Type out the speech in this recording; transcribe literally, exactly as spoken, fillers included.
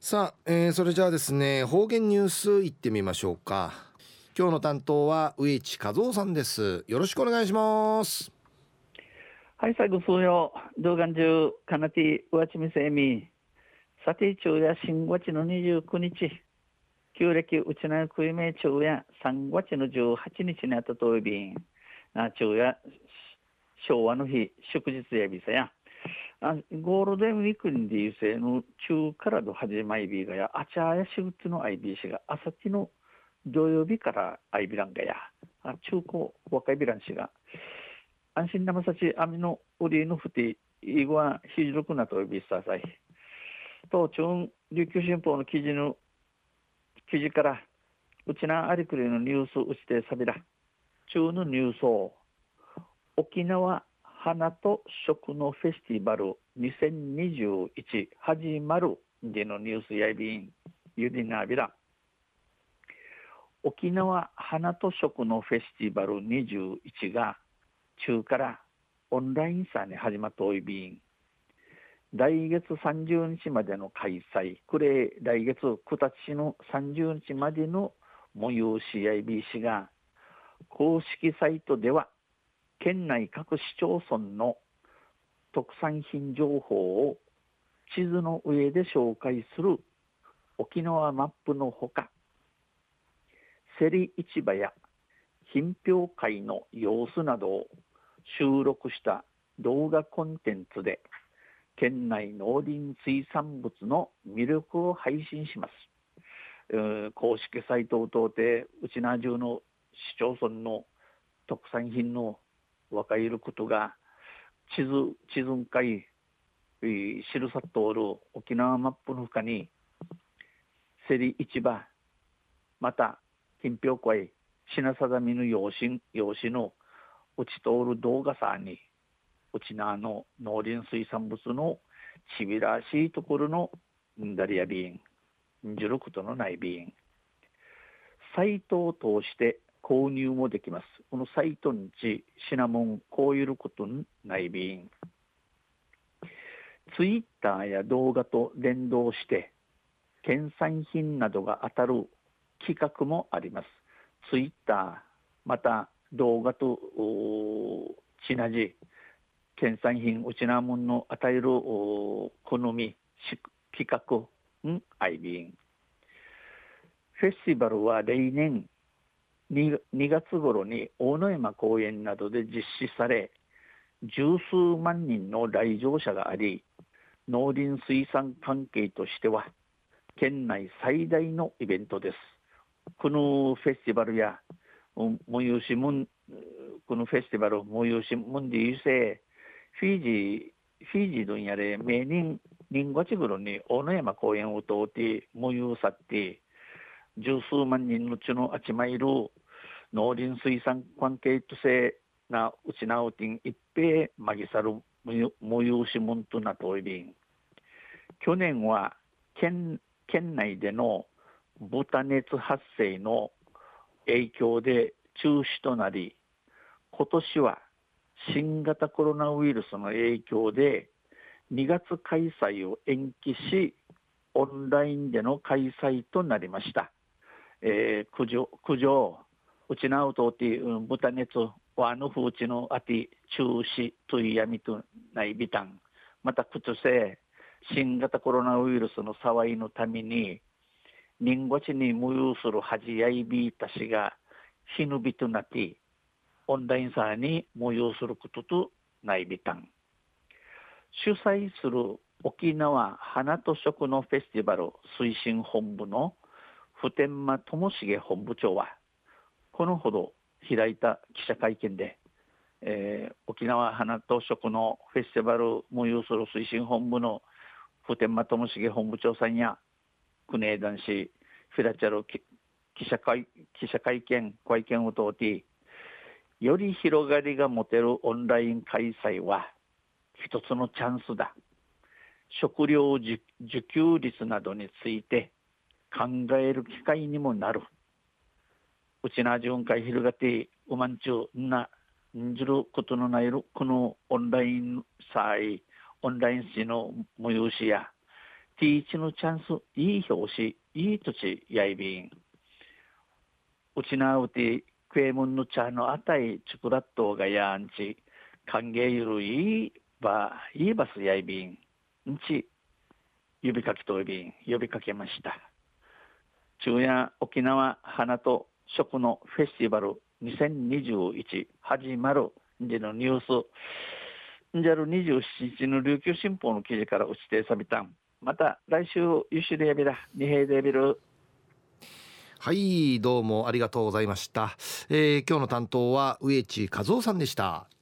さあ、えーそれじゃあですね、方言ニュースいってみましょうか。今日の担当は上地和夫さんです。よろしくお願いします。 はい、最後、数曜、動画中、かなて、うわちみせみ、さて、昼夜、新月のにじゅうくにち、旧暦、うちなくいめ昼夜、さんがつのじゅうはちにちにあったといびん、な、昼夜、昭和の日、祝日やびさや、あゴールデンウィークにいうせの中からの始まりびがや、あちゃやしぐつのあいびしが、あさきの土曜日からあいびらんがや、あ中高若いびらんしが、安心生さち網の売りのふて、いごはひじろくなとびささい。と、中琉球新報の記事の、記事から、うちなありくりのニュースうちてさびら。中のニュースを、沖縄花と食のフェスティバルにせんにじゅういち始まるでのニュースやいびん、ゆりなびら。沖縄花と食のフェスティバルにじゅういちが中からオンラインさに始まったおいびん。来月さんじゅうにちまでの開催、これ来月くがつのさんじゅうにちまでの催し アイビー しが、公式サイトでは県内各市町村の特産品情報を地図の上で紹介する沖縄マップのほか、競り市場や品評会の様子などを収録した動画コンテンツで県内農林水産物の魅力を配信します。えー公式サイトを通ってうちな中の市町村の特産品の分かることが地図地図会えー記さっとおる沖縄マップのほかに競り市場また品評会品定めの用紙用紙のうち通る動画さにうちなの農林水産物のちびらしいところのんだりやびんんじることのないびんサイトを通して購入もできます。このサイトにちシナモンこういることのないびんツイッターや動画と連動して県産品などが当たる企画もあります。ツイッターまた動画とちなじ県産品うちなもんの与える好み企画んアイビンフェスティバルは例年 2, にがつ頃に大野山公園などで実施され十数万人の来場者があり農林水産関係としては県内最大のイベントです。このフェスティバルや催しもんこのフェスティバル催しもんでいうせフィジーフィジーどんやれ名人人ごちぐろに大野山公園を通って催さって十数万人のうちのあちまいる農林水産関係とせなうちなうてん一平まぎさる催しもんとなといびん去年は県県内での豚熱発生の影響で中止となり今年は新型コロナウイルスの影響でにがつ開催を延期しオンラインでの開催となりました。えー、苦情苦情うちなうとて、うん、豚熱はのふうちのあて中止というやみとないびたんまたくつせ新型コロナウイルスの騒いのために人ごちに催するはじやいびいたしがひぬびとなってオンラインさに催することとないびたん主催する沖縄花と食のフェスティバル推進本部の普天間智重本部長はこのほど開いた記者会見で、えー、沖縄花と食のフェスティバル催する推進本部の普天間智重本部長さんや国枝男子フィラチャル記者会記者会見会見を通ってより広がりが持てるオンライン開催は一つのチャンスだ食料自給率などについて考える機会にもなるうちな巡回広がってうまんちゅうなんじることのないるこのオンライン祭オンライン市の催しやティーチのチャンス、いい表紙、いい土地、やいびん。うちなうて、クエムンの茶のあたい、チュクラットがやんち、歓迎ゆるいば、いいバスやいびん。んち、指かきといびん、呼びかけました。昼夜沖縄花と食のフェスティバルにせんにじゅういち始まるんじのニュースんじゃるにじゅうしちにちの琉球新報の記事から打ちてさびたん。また来週ゆしでやびらにへいでやびる。 はい、どうもありがとうございました。えー、今日の担当は植地和夫さんでした。